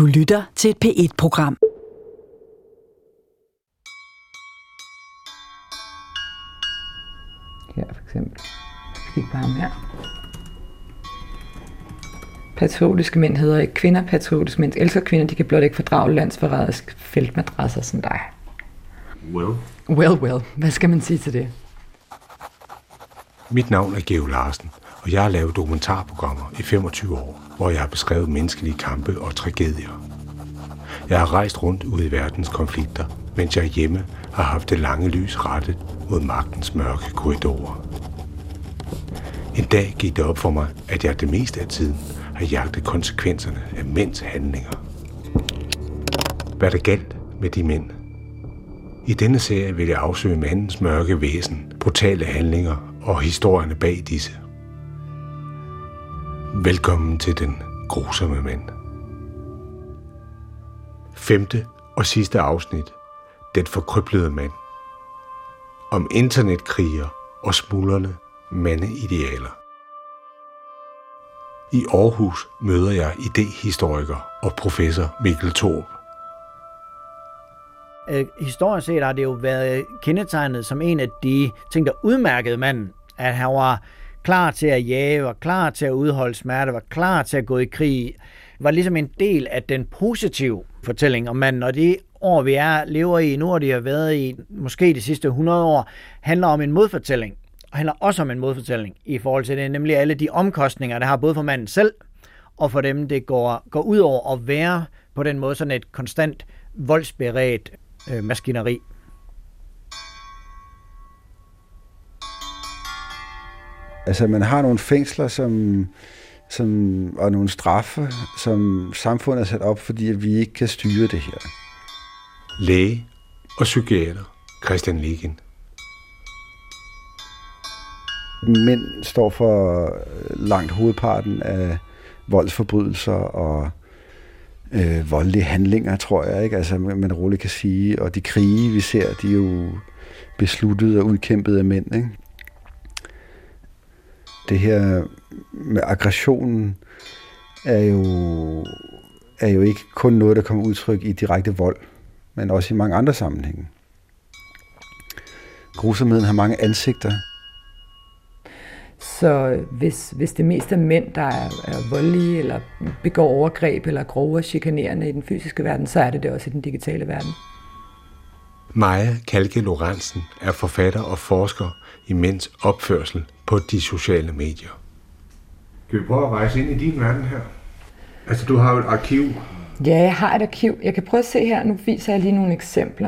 Du lytter til et P1-program. Her for eksempel. Kig på ham her. Patriotiske mænd hedder ikke kvinder. Patriotiske mænd elsker kvinder. De kan blot ikke fordrage landsforræderiske feltmadrasser som dig. Well. Hvad skal man sige til det? Mit navn er Georg Larsen, og jeg har lavet dokumentarprogrammer i 25 år, hvor jeg har beskrevet menneskelige kampe og tragedier. Jeg har rejst rundt ude i verdens konflikter, mens jeg hjemme har haft det lange lys rettet mod magtens mørke korridorer. En dag gik det op for mig, at jeg det meste af tiden har jagtet konsekvenserne af mænds handlinger. Hvad der galt med de mænd? I denne serie vil jeg afsøge mandens mørke væsen, brutale handlinger og historierne bag disse. Velkommen til den grusomme mand. 5. og sidste afsnit. Den forkrøblede mand. Om internetkriger og smuldrende mandeidealer. I Aarhus møder jeg idehistoriker og professor Mikkel Thorup. Historisk set har det jo været kendetegnet som en af de ting, der udmærkede manden, at han var klar til at jage, var klar til at udholde smerte, var klar til at gå i krig, var ligesom en del af den positive fortælling om manden. Og de år, vi lever i nu, og de har været i måske de sidste 100 år, handler om en modfortælling. Og handler også om en modfortælling i forhold til det, nemlig alle de omkostninger, der har både for manden selv, og for dem, det går ud over at være på den måde sådan et konstant voldsberedt maskineri. Altså man har nogle fængsler og nogle straffe, som samfundet er sat op, fordi vi ikke kan styre det her. Læge og psykiater Christian Legen. Mænd står for langt hovedparten af voldsforbrydelser og voldelige handlinger, tror jeg, ikke? Altså, man roligt kan sige. Og de krige, vi ser, de er jo besluttet og udkæmpet af mænd, ikke? Det her med aggressionen er jo ikke kun noget, der kommer udtryk i direkte vold, men også i mange andre sammenhænge. Grusomheden har mange ansigter. Så hvis det mest er mænd, der er voldelige, eller begår overgreb, eller grove og chikanerende i den fysiske verden, så er det også i den digitale verden. Maja Kalke Lorentzen er forfatter og forsker i mænds opførsel på de sociale medier. Kan vi prøve at rejse ind i din verden her? Altså, du har jo et arkiv. Ja, jeg har et arkiv. Jeg kan prøve at se her. Nu viser jeg lige nogle eksempler.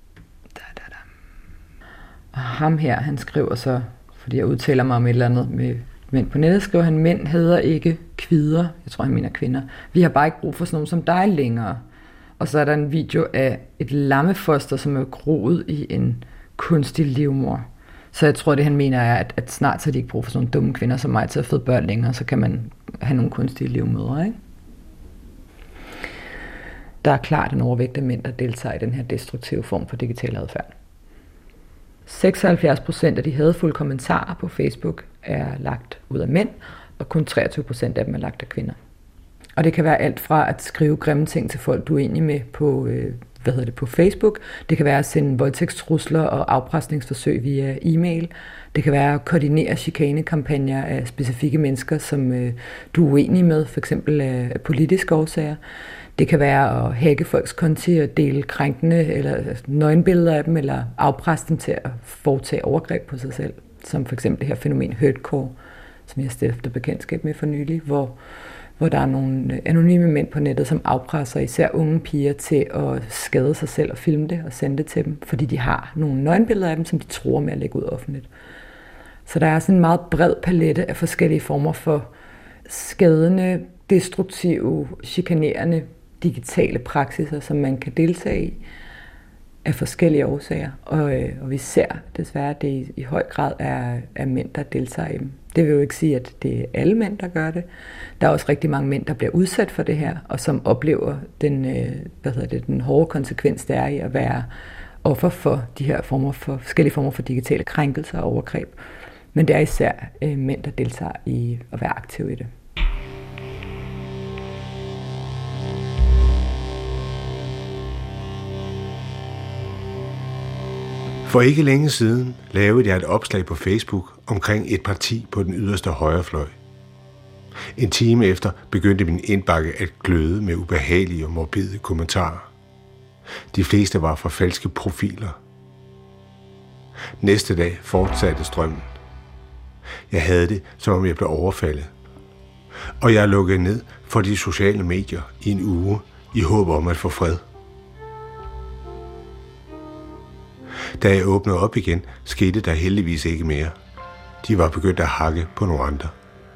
Og ham her, han skriver så, fordi jeg udtaler mig om et eller andet med mænd på nettet, skriver han, mænd hedder ikke kvider. Jeg tror, han mener kvinder. Vi har bare ikke brug for sådan nogen som dig længere. Og så er der en video af et lammefoster, som er groet i en kunstig livmor. Så jeg tror, det han mener er, at snart så har de ikke brug for sådan nogle dumme kvinder som mig til at føde børn længere, så kan man have nogle kunstige livmødre, ikke? Der er klart en overvægt af mænd, der deltager i den her destruktive form for digital adfærd. 76% af de hadefulde kommentarer på Facebook er lagt ud af mænd, og kun 23% af dem er lagt af kvinder. Og det kan være alt fra at skrive grimme ting til folk, du er enig med på, på Facebook. Det kan være at sende voldtægtstrusler og afpresningsforsøg via e-mail. Det kan være at koordinere chikanekampagner af specifikke mennesker, som du er uenig med, f.eks. af politiske årsager. Det kan være at hacke folks konti og dele krænkende eller nøgenbilleder af dem, eller afpresse dem til at foretage overgreb på sig selv. Som f.eks. det her fænomen hurtcore, som jeg stiftet bekendtskab med for nylig, hvor der er nogle anonyme mænd på nettet, som afpresser især unge piger til at skade sig selv og filme det og sende det til dem, fordi de har nogle nøgenbilleder af dem, som de tror med at lægge ud offentligt. Så der er sådan en meget bred palette af forskellige former for skadende, destruktive, chikanerende digitale praksiser, som man kan deltage i af forskellige årsager. Og vi ser desværre, at det i høj grad er mænd, der deltager i dem. Det vil jo ikke sige, at det er alle mænd, der gør det. Der er også rigtig mange mænd, der bliver udsat for det her, og som oplever den hårde konsekvens, der er i at være offer for de her forskellige former for digitale krænkelser og overgreb. Men det er især mænd, der deltager i at være aktive i det. For ikke længe siden lavede jeg et opslag på Facebook omkring et parti på den yderste højrefløj. En time efter begyndte min indbakke at gløde med ubehagelige og morbide kommentarer. De fleste var fra falske profiler. Næste dag fortsatte strømmen. Jeg havde det, som om jeg blev overfaldet. Og jeg lukkede ned for de sociale medier i en uge i håb om at få fred. Da jeg åbnede op igen, skete der heldigvis ikke mere. De var begyndt at hakke på nogle andre.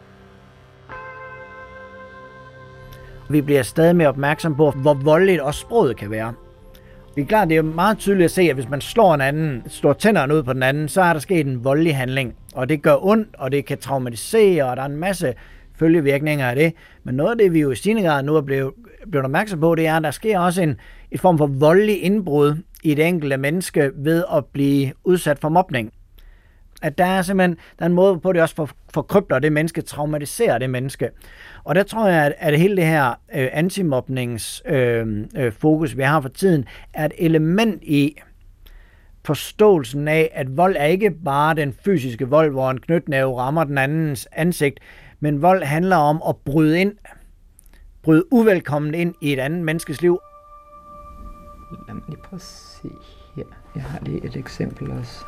Vi bliver stadig mere opmærksom på, hvor voldeligt også sproget kan være. Det er klart, det er meget tydeligt at se, at hvis man slår en anden, slår tænderne ud på den anden, så er der sket en voldelig handling. Og det gør ondt, og det kan traumatisere, og der er en masse følgevirkninger af det. Men noget af det, vi jo i stigende grad nu er blevet opmærksom på, det er, at der sker også et form for voldelig indbrud i det enkelte menneske ved at blive udsat for mobning. At der er simpelthen en måde på, det også forkrybler det menneske, traumatiserer det menneske. Og der tror jeg, at hele det her antimobningsfokus, vi har for tiden, er et element i forståelsen af, at vold er ikke bare den fysiske vold, hvor en knytnæve rammer den andens ansigt, men vold handler om at bryde uvelkommen ind i et andet menneskes liv. Lad mig lige prøve at se her. Jeg har lige et eksempel også.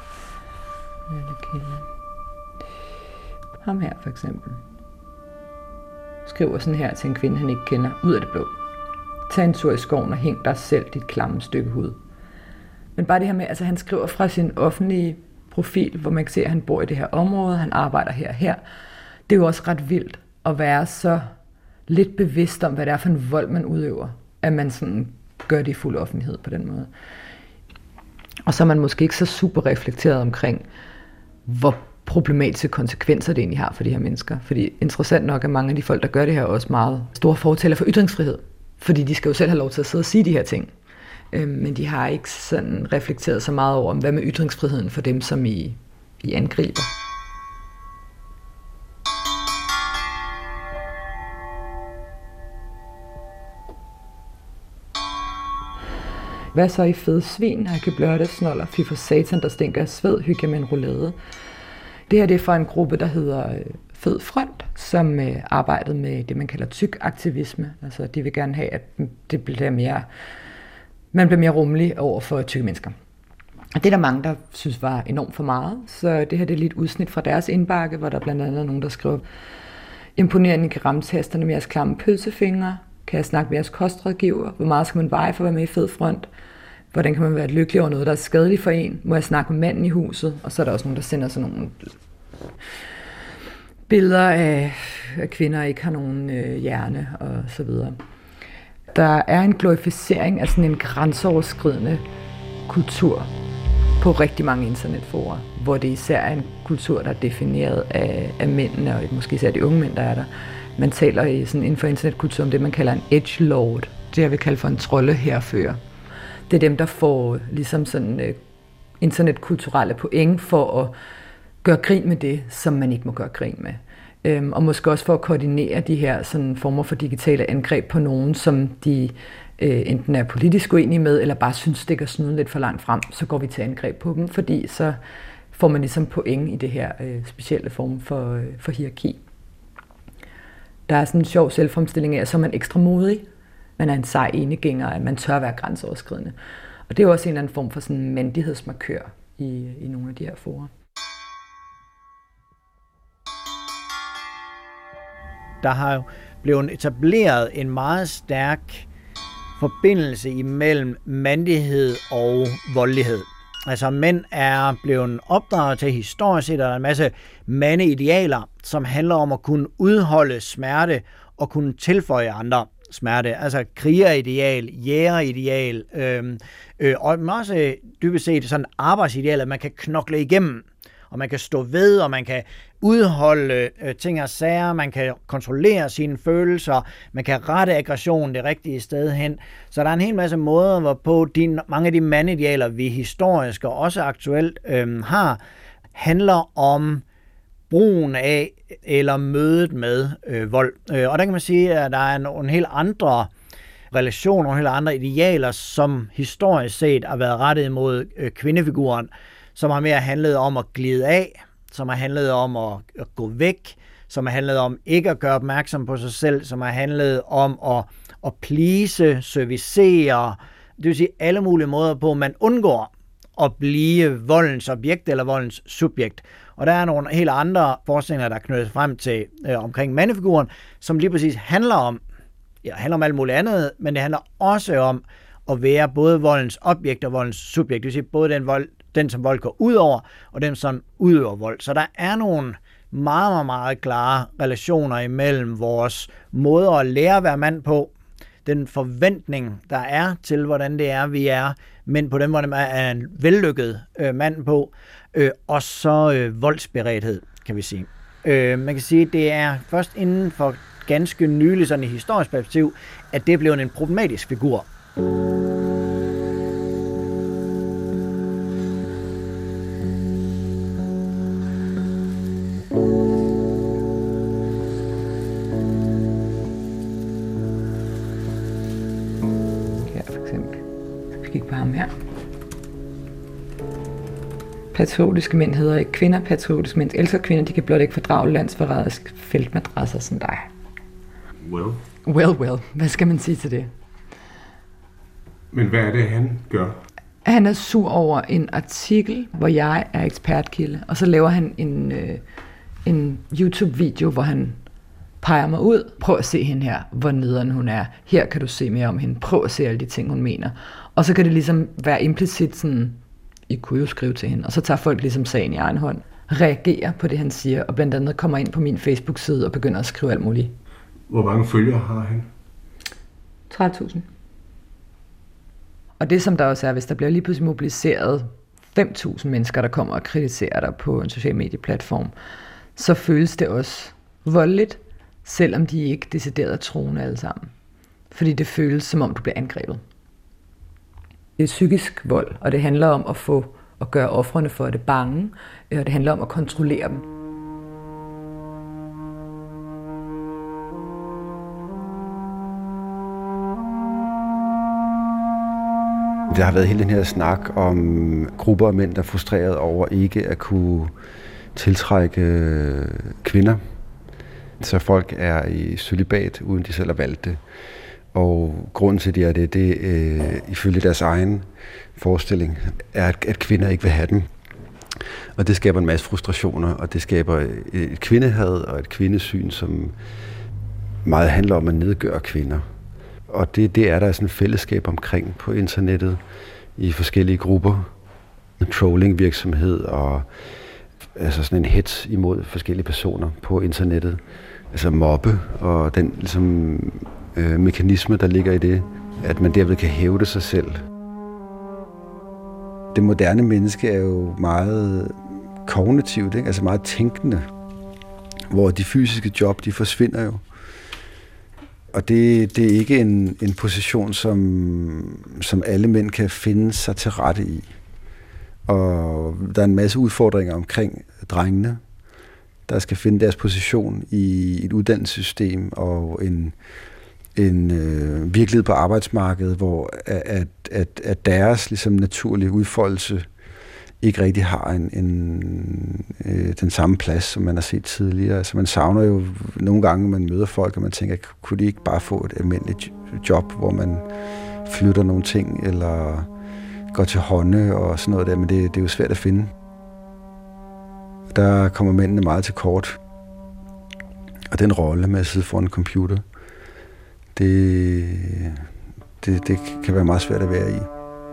Ham her for eksempel skriver sådan her til en kvinde, han ikke kender, ud af det blå. Tag en tur i skoven og hæng dig selv dit klamme stykke hud. Men bare det her med, altså han skriver fra sin offentlige profil, hvor man kan se, at han bor i det her område, han arbejder her. Det er jo også ret vildt at være så lidt bevidst om, hvad det er for en vold, man udøver, at man sådan gør det i fuld offentlighed på den måde. Og så er man måske ikke så super reflekteret omkring, hvor problematiske konsekvenser det egentlig har for de her mennesker. Fordi interessant nok er mange af de folk, der gør det her, også meget store fortaler for ytringsfrihed. Fordi de skal jo selv have lov til at sidde og sige de her ting. Men de har ikke sådan reflekteret så meget over, hvad med ytringsfriheden for dem, som I angriber. Hvad så i fede svin, hakke blørte, snoller, fy for satan, der stinker af sved, hygge med en roulade. Det her det er fra en gruppe, der hedder Fed Front, som arbejdede med det, man kalder tyk aktivisme. Altså de vil gerne have, at det bliver man bliver mere rummelig over for tykke mennesker. Og det er der mange, der synes var enormt for meget. Så det her det er lidt udsnit fra deres indbakke, hvor der blandt andet er nogen, der skriver: imponerende, I kan ramme tasterne med jeres klamme pølsefingre. Kan jeg snakke med jeres kostrådgiver? Hvor meget skal man veje for at være med i Fed Front? Hvordan kan man være lykkelig over noget, der er skadeligt for en? Må jeg snakke med manden i huset? Og så er der også nogen, der sender sådan nogle billeder af, at kvinder ikke har nogen hjerne og så videre. Der er en glorificering af sådan en grænseoverskridende kultur på rigtig mange internetforer, hvor det især er en kultur, der er defineret af mændene, og måske især de unge mænd, der er der. Man taler inden for internetkultur om det, man kalder en edgelord. Det jeg vil kalde for en troldehærfører. Det er dem, der får ligesom sådan internetkulturelle point for at gøre grin med det, som man ikke må gøre grin med. Og måske også for at koordinere de her sådan former for digitale angreb på nogen, som de enten er politisk uenige med, eller bare synes stikker snuden lidt for langt frem, så går vi til angreb på dem, fordi så får man ligesom point i det her specielle form for hierarki. Der er sådan en sjov selvfremstilling af, at så er man ekstra modig, man er en sej enegænger, at man tør være grænseoverskridende. Og det er jo også en eller anden form for sådan mandighedsmarkør i nogle af de her forer. Der har jo blevet etableret en meget stærk forbindelse imellem mandighed og voldelighed. Altså mænd er blevet opdraget til historisk set, at der er en masse mandeidealer, som handler om at kunne udholde smerte og kunne tilføje andre smerte. Altså krigerideal, jægerideal, og også dybest set sådan arbejdsideal, at man kan knokle igennem, og man kan stå ved, og man kan udholde ting og sager, man kan kontrollere sine følelser, man kan rette aggressionen det rigtige sted hen. Så der er en hel masse måder, hvorpå mange af de mandeidealer, vi historisk og også aktuelt har, handler om brugen af eller mødet med vold. Og der kan man sige, at der er nogle helt andre relationer, nogle helt andre idealer, som historisk set har været rettet imod kvindefiguren, som har mere handlet om at glide af, som har handlet om at gå væk, som har handlet om ikke at gøre opmærksom på sig selv, som har handlet om at please, servicere, det vil sige alle mulige måder på, man undgår at blive voldens objekt eller voldens subjekt. Og der er nogle helt andre forskninger, der er knyttet frem til omkring mandefiguren, som lige præcis handler om alt muligt andet, men det handler også om at være både voldens objekt og voldens subjekt. Det vil sige både den som vold går ud over, og den som udøver vold. Så der er nogle meget, meget, meget klare relationer imellem vores måde at lære at være mand på, den forventning, der er til, hvordan det er, vi er mænd på den måde, man er en vellykket mand på, og så voldsberedthed, kan vi sige. Man kan sige, at det er først inden for ganske nylig, sådan i historisk perspektiv, at det er blevet en problematisk figur. Patriotiske mænd hedder ikke kvinder. Patriotiske mænd elsker kvinder. De kan blot ikke fordrage landsforræderiske feltmadrasser som dig. Well. Hvad skal man sige til det? Men hvad er det, han gør? Han er sur over en artikel, hvor jeg er ekspertkilde. Og så laver han en YouTube-video, hvor han peger mig ud. Prøv at se hende her, hvor nederen hun er. Her kan du se mere om hende. Prøv at se alle de ting, hun mener. Og så kan det ligesom være implicit sådan, I kunne jo skrive til hende. Og så tager folk ligesom sagen i egen hånd, reagerer på det, han siger, og blandt andet kommer ind på min Facebook-side og begynder at skrive alt muligt. Hvor mange følgere har han? 30.000. Og det som der også er, hvis der bliver lige pludselig mobiliseret 5.000 mennesker, der kommer og kritiserer dig på en social medieplatform, så føles det også voldeligt, selvom de ikke decideret er troende alle sammen. Fordi det føles, som om du bliver angrebet. Det er psykisk vold, og det handler om at gøre ofrene for det bange, og det handler om at kontrollere dem. Der har været hele den her snak om grupper af mænd, der er frustreret over ikke at kunne tiltrække kvinder. Så folk er i cølibat, uden de selv har valgt det. Og grunden til, at det ifølge deres egen forestilling, er, at kvinder ikke vil have dem. Og det skaber en masse frustrationer, og det skaber et kvindehad og et kvindesyn, som meget handler om at nedgøre kvinder. Og det er der sådan et fællesskab omkring på internettet i forskellige grupper. Trolling-virksomhed og altså sådan en hets imod forskellige personer på internettet. Altså mobbe og den ligesom, mekanisme, der ligger i det, at man derved kan hævde sig selv. Det moderne menneske er jo meget kognitivt, ikke? Altså meget tænkende, hvor de fysiske job, de forsvinder jo. Og det er ikke en position, som alle mænd kan finde sig til rette i. Og der er en masse udfordringer omkring drengene, der skal finde deres position i et uddannelsessystem og en virkelighed på arbejdsmarkedet, hvor at deres ligesom, naturlige udfoldelse ikke rigtig har den samme plads, som man har set tidligere. Altså man savner jo nogle gange, man møder folk, og man tænker, kunne de ikke bare få et almindeligt job, hvor man flytter nogle ting, eller går til hånde og sådan noget der, men det er jo svært at finde. Der kommer mændene meget til kort. Og den rolle med at sidde foran en computer, det kan være meget svært at være i.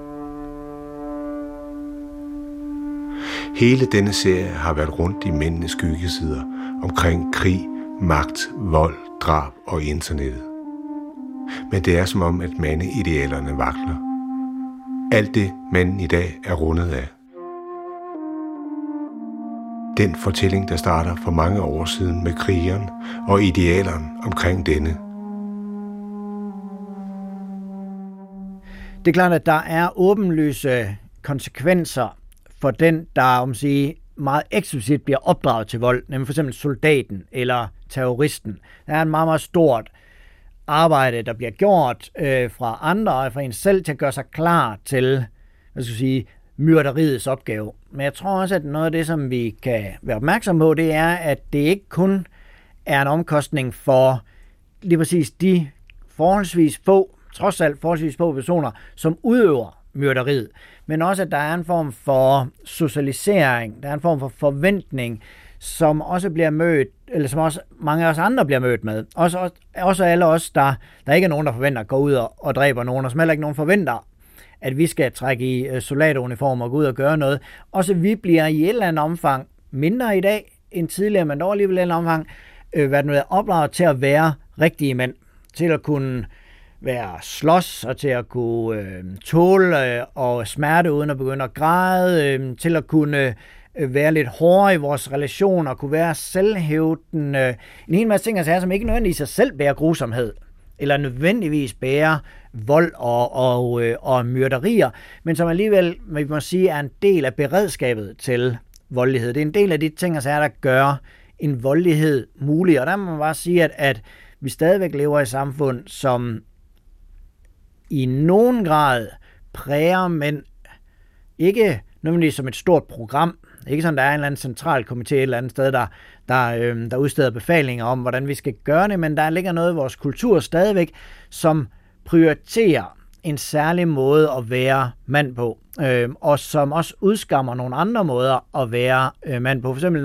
Hele denne serie har været rundt i mændenes skyggesider omkring krig, magt, vold, drab og internettet. Men det er som om, at mandeidealerne vakler. Alt det, manden i dag er rundet af. Den fortælling, der starter for mange år siden med krigeren og idealerne omkring denne. Det er klart, at der er åbenlyse konsekvenser for den, der meget eksplicit bliver opdraget til vold, nemlig for eksempel soldaten eller terroristen. Der er en meget, meget stort arbejde, der bliver gjort fra andre og fra en selv til at gøre sig klar til myrderiets opgave. Men jeg tror også, at noget af det, som vi kan være opmærksom på, det er, at det ikke kun er en omkostning for lige præcis de trods alt forholdsvis få personer, som udøver myrderiet, men også, at der er en form for socialisering, der er en form for forventning, som også bliver mødt, eller som også mange af os andre bliver mødt med. Også alle os, der ikke er nogen, der forventer at gå ud og dræber nogen, og som heller ikke nogen forventer, at vi skal trække i soldateruniformer og gå ud og gøre noget. Også vi bliver i et eller andet omfang mindre i dag end tidligere, men dog alligevel i et eller andet omfang opdraget til at være rigtige mænd, til at kunne være slås og til at kunne tåle og smerte uden at begynde at græde, til at kunne være lidt hårdere i vores relationer, kunne være selvhævdende. En hel masse ting, som ikke nødvendigvis sig selv bærer grusomhed, eller nødvendigvis bærer vold og myrderier, men som alligevel, vi må sige, er en del af beredskabet til voldelighed. Det er en del af de ting, der gør en voldelighed mulig, og der må man bare sige, at vi stadigvæk lever i et samfund, som i nogen grad præger mænd, ikke nødvendigvis som et stort program, ikke sådan, der er en eller anden central komité et eller andet sted, der udsteder befalinger om, hvordan vi skal gøre det, men der ligger noget i vores kultur stadigvæk, som prioriterer en særlig måde at være mand på, og som også udskammer nogle andre måder at være mand på. For eksempel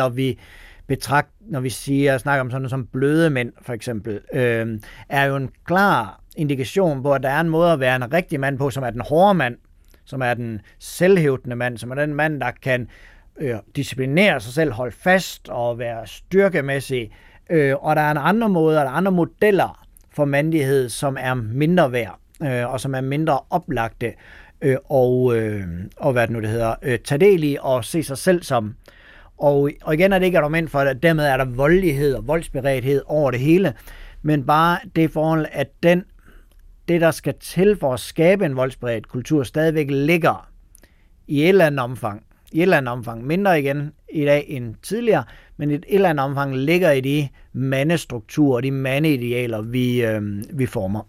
når vi snakker om sådan noget som bløde mænd, for eksempel, er jo en klar indikation på, at der er en måde at være en rigtig mand på, som er den hårde mand, som er den selvhævdende mand, som er den mand, der kan disciplinere sig selv, holde fast og være styrkemæssig. Og der er andre måder, der er andre modeller for mandighed, som er mindre værd, og som er mindre oplagte, og hvad det nu det hedder, tage del i og se sig selv som. Og igen er det ikke et argument for, at dermed er der voldelighed og voldsberedthed over det hele, men bare det forhold, at det, der skal til for at skabe en voldsberedt kultur, stadigvæk ligger i et eller andet omfang, mindre igen i dag end tidligere, men i et eller andet omfang ligger i de mandestrukturer, de mandeidealer, vi former.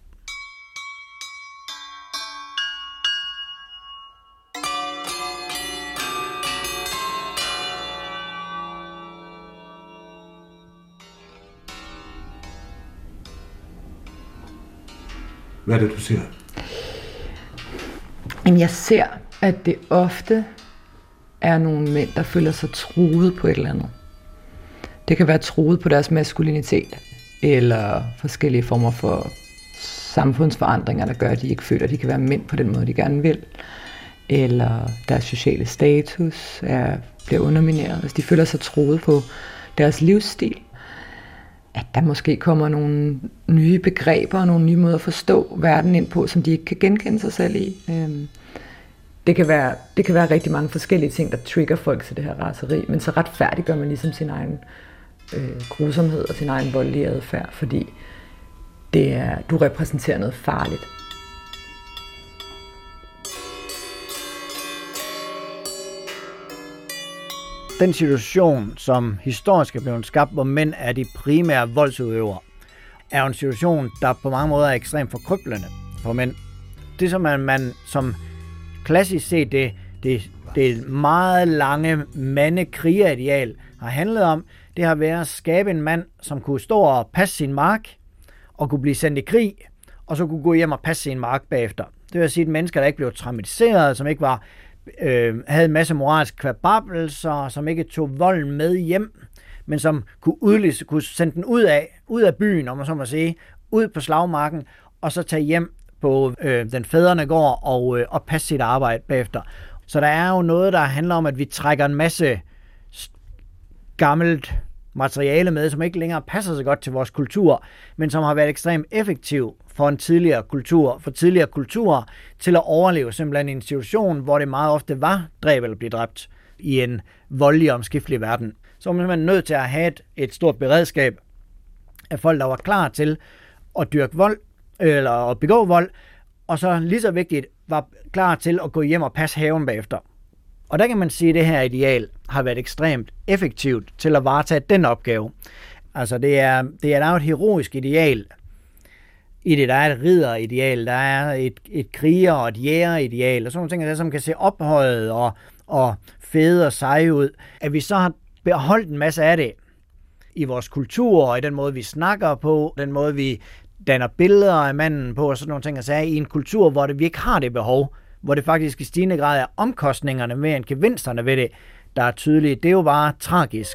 Hvad er det, du ser? Jamen, jeg ser, at det ofte er nogle mænd, der føler sig truet på et eller andet. Det kan være truet på deres maskulinitet, eller forskellige former for samfundsforandringer, der gør, at de ikke føler, at de kan være mænd på den måde, de gerne vil. Eller deres sociale status bliver undermineret. Altså, de føler sig truet på deres livsstil. At der måske kommer nogle nye begreber og nogle nye måder at forstå verden ind på, som de ikke kan genkende sig selv i. Det kan være rigtig mange forskellige ting, der trigger folk til det her raseri, men så retfærdiggør man ligesom sin egen grusomhed og sin egen voldelige adfærd, fordi du repræsenterer noget farligt. Den situation, som historisk er blevet skabt, hvor mænd er de primære voldsudøvere, er jo en situation, der på mange måder er ekstremt forkryblende for mænd. Det, som man som klassisk set det meget lange mandekriger-ideal har handlet om, det har været at skabe en mand, som kunne stå og passe sin mark, og kunne blive sendt i krig, og så kunne gå hjem og passe sin mark bagefter. Det vil sige, at mennesker, der ikke blev traumatiseret, som ikke havde en masse moralske kvababelser, som ikke tog volden med hjem, men som kunne sende den ud af byen, om man så må sige, ud på slagmarken, og så tage hjem på den fædrene går og passe sit arbejde bagefter. Så der er jo noget, der handler om, at vi trækker en masse gammelt materiale med, som ikke længere passer så godt til vores kultur, men som har været ekstremt effektiv for tidligere kulturer til at overleve simpelthen i en situation, hvor det meget ofte var dræb eller blive dræbt i en voldelig og omskiftelig verden. Så er man simpelthen nødt til at have et stort beredskab af folk, der var klar til at dyrke vold, eller at begå vold, og så lige så vigtigt var klar til at gå hjem og passe haven bagefter. Og der kan man sige, at det her ideal har været ekstremt effektivt til at varetage den opgave. Altså det er jo et heroisk ideal, i det. Der er et ridderideal, der er et kriger- og et jægerideal, og sådan nogle ting, der, som kan se ophøjet og fede og seje ud. At vi så har beholdt en masse af det i vores kultur, og i den måde, vi snakker på, den måde, vi danner billeder af manden på, og sådan nogle ting, altså i en kultur, hvor vi ikke har det behov, hvor det faktisk i stigende grad er omkostningerne mere end gevinsterne ved det, der er tydelige. Det er jo bare tragisk.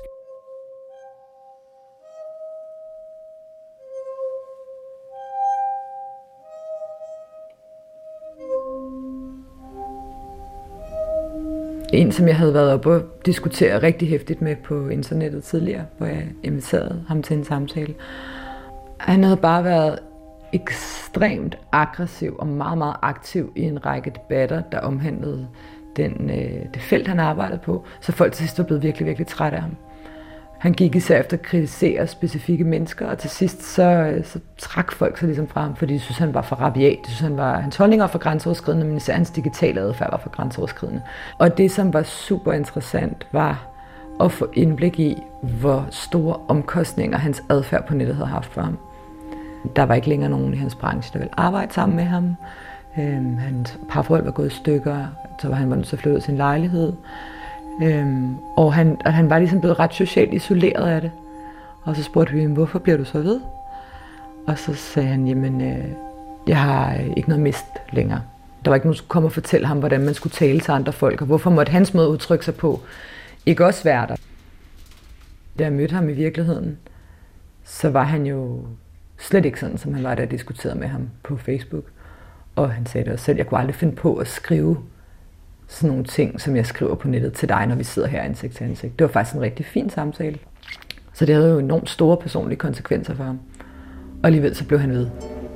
En, som jeg havde været oppe og diskutere rigtig hæftigt med på internettet tidligere, hvor jeg inviterede ham til en samtale. Han havde bare været ekstremt aggressiv og meget, meget aktiv i en række debatter, der omhandlede det felt, han arbejdede på, så folk til sidst var blevet virkelig, virkelig trætte af ham. Han gik især efter at kritisere specifikke mennesker, og til sidst så trak folk sig ligesom fra ham, fordi de synes, han var for rabiat. De synes, hans holdninger var for grænseoverskridende, men især hans digitale adfærd var for grænseoverskridende. Og det, som var super interessant, var at få indblik i, hvor store omkostninger hans adfærd på nettet havde haft for ham. Der var ikke længere nogen i hans branche, der ville arbejde sammen med ham. Hans parforhold var gået i stykker, så han var nødt til at flytte ud af sin lejlighed. Og han var ligesom blevet ret socialt isoleret af det. Og så spurgte vi ham, hvorfor bliver du så ved? Og så sagde han, jamen, jeg har ikke noget mist længere. Der var ikke nogen, der skulle komme og fortælle ham, hvordan man skulle tale til andre folk, og hvorfor måtte hans måde at udtrykke sig på ikke også være der. Da jeg mødte ham i virkeligheden, så var han jo slet ikke sådan, som han var, da jeg diskuterede med ham på Facebook. Og han sagde det også selv, jeg kunne aldrig finde på at skrive sådan nogle ting, som jeg skriver på nettet til dig, når vi sidder her ansigt til ansigt. Det var faktisk en rigtig fin samtale. Så det havde jo enormt store personlige konsekvenser for ham. Og alligevel så blev han ved.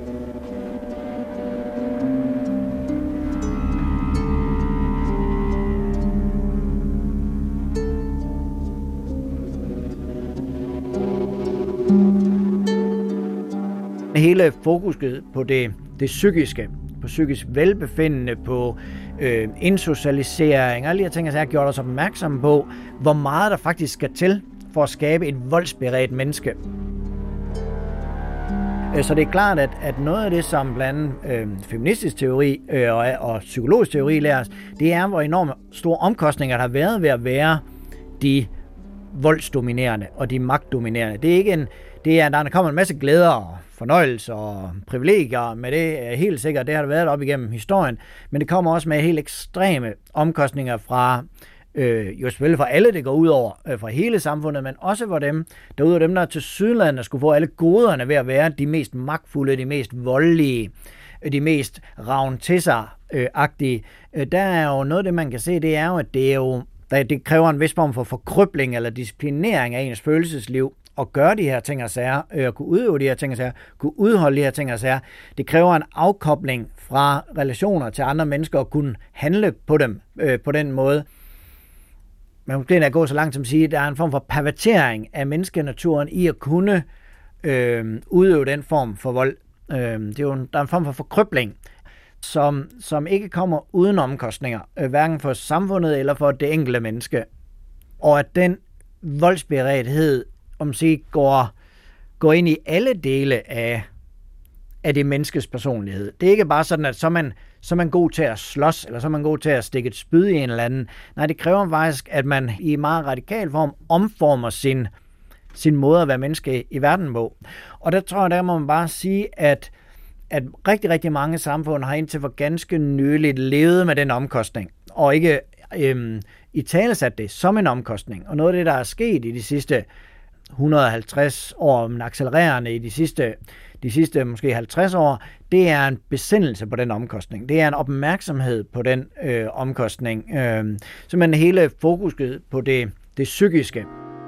Hele fokuset på det psykiske, på psykisk velbefindende, på indsocialisering, alle de her ting, har gjort os opmærksomme på, hvor meget der faktisk skal til for at skabe et voldsberedt menneske. Så det er klart, at noget af det, som blandt andet feministisk teori og psykologisk teori lærer os, det er, hvor enormt store omkostninger der har været ved at være de voldsdominerende og de magtdominerende. Det er ikke der kommer en masse glæder og fornøjelser og privilegier med det, er helt sikkert, det har der været op igennem historien, men det kommer også med helt ekstreme omkostninger fra, jo selvfølgelig for alle, det går ud over, fra hele samfundet, men også for dem, der til Sydlandet skulle få alle goderne ved at være de mest magtfulde, de mest voldelige, de mest ravn til sig-agtige. Der er jo noget af det, man kan se, det er jo, at det kræver en vis form for forkrybling eller disciplinering af ens følelsesliv, at gøre de her ting og sager, at kunne udøve de her ting og sager, kunne udholde de her ting og sager. Det kræver en afkobling fra relationer til andre mennesker og kunne handle på dem på den måde. Man kan måske gå så langt som at sige, at der er en form for pervertering af menneskenaturen i at kunne udøve den form for vold. Der er en form for forkrybling, som ikke kommer uden omkostninger, hverken for samfundet eller for det enkelte menneske. Og at den voldsberedthed går ind i alle dele af det menneskes personlighed. Det er ikke bare sådan, at så er man god til at slås, eller så er man god til at stikke et spyd i en eller anden. Nej, det kræver faktisk, at man i meget radikal form omformer sin måde at være menneske i verden på. Og der tror jeg, der må man bare sige, at rigtig, rigtig mange samfund har indtil for ganske nyligt levet med den omkostning, og ikke italesat det som en omkostning. Og noget af det, der er sket i de sidste 150 år, men accelererende i de sidste måske 50 år, det er en besindelse på den omkostning. Det er en opmærksomhed på den omkostning. Simpelthen hele fokuset på det psykiske.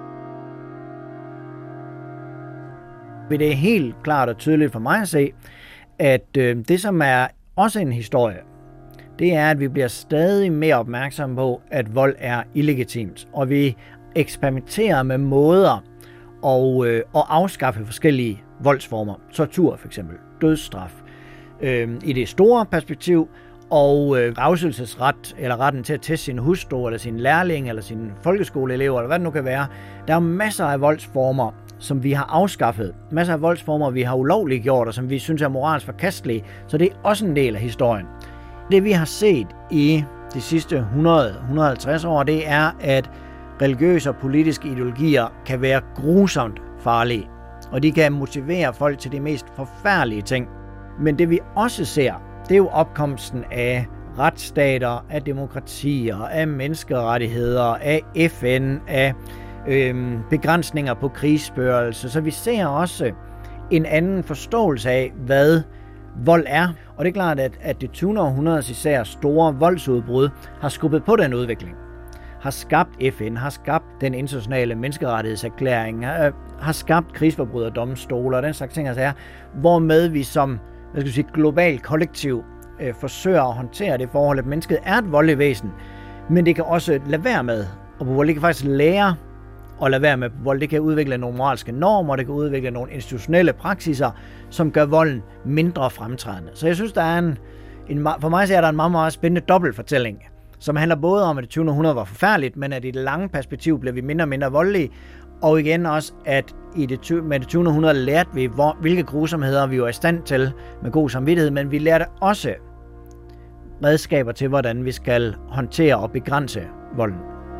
Det er helt klart og tydeligt for mig at se, at det, som er også en historie, det er, at vi bliver stadig mere opmærksomme på, at vold er illegitimt, og vi eksperimenterer med måder at afskaffe forskellige voldsformer. Tortur for eksempel, dødsstraf, i det store perspektiv, og afsøgelsesret, eller retten til at teste sin hustru, eller sin lærling, eller sin folkeskoleelever, eller hvad det nu kan være. Der er masser af voldsformer, som vi har afskaffet. Masser af voldsformer, vi har ulovligt gjort, og som vi synes er moralsk forkastelige. Så det er også en del af historien. Det vi har set i de sidste 100-150 år, det er, at religiøse og politiske ideologier kan være grusomt farlige. Og de kan motivere folk til de mest forfærdelige ting. Men det vi også ser, det er jo opkomsten af retsstater, af demokratier, af menneskerettigheder, af FN, af begrænsninger på krigsførelse. Så vi ser også en anden forståelse af, hvad vold er. Og det er klart, at det 20. århundredes især store voldsudbrud har skubbet på den udvikling. Har skabt FN, har skabt den internationale menneskerettighedserklæring, har skabt krigsforbryderdomstole og den slags ting, altså hvormed vi som globalt kollektiv forsøger at håndtere det forhold, at mennesket er et voldeligt væsen, men det kan også lade være med, og vold, det kan faktisk lære at lade være med vold. Det kan udvikle nogle moralske normer, det kan udvikle nogle institutionelle praksiser, som gør volden mindre fremtrædende. Så jeg synes, der er for mig er der en meget, meget spændende dobbeltfortælling, som handler både om, at det 20. århundrede var forfærdeligt, men at i det lange perspektiv blev vi mindre og mindre voldelige, og igen også, at med det 20. århundrede lærte vi, hvilke grusomheder vi var i stand til med god samvittighed, men vi lærte også redskaber til, hvordan vi skal håndtere og begrænse volden.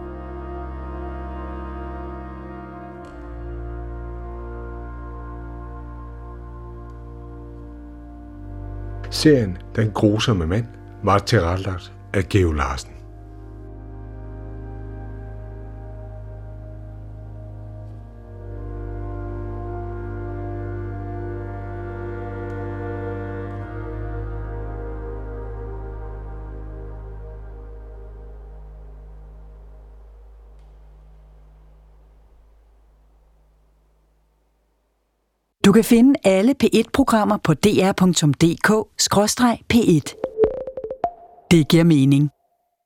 Serien Den grusomme mand var tilrettelagt af Georg Larsen. Du kan finde alle P1-programmer på dr.dk/P1. Det giver mening.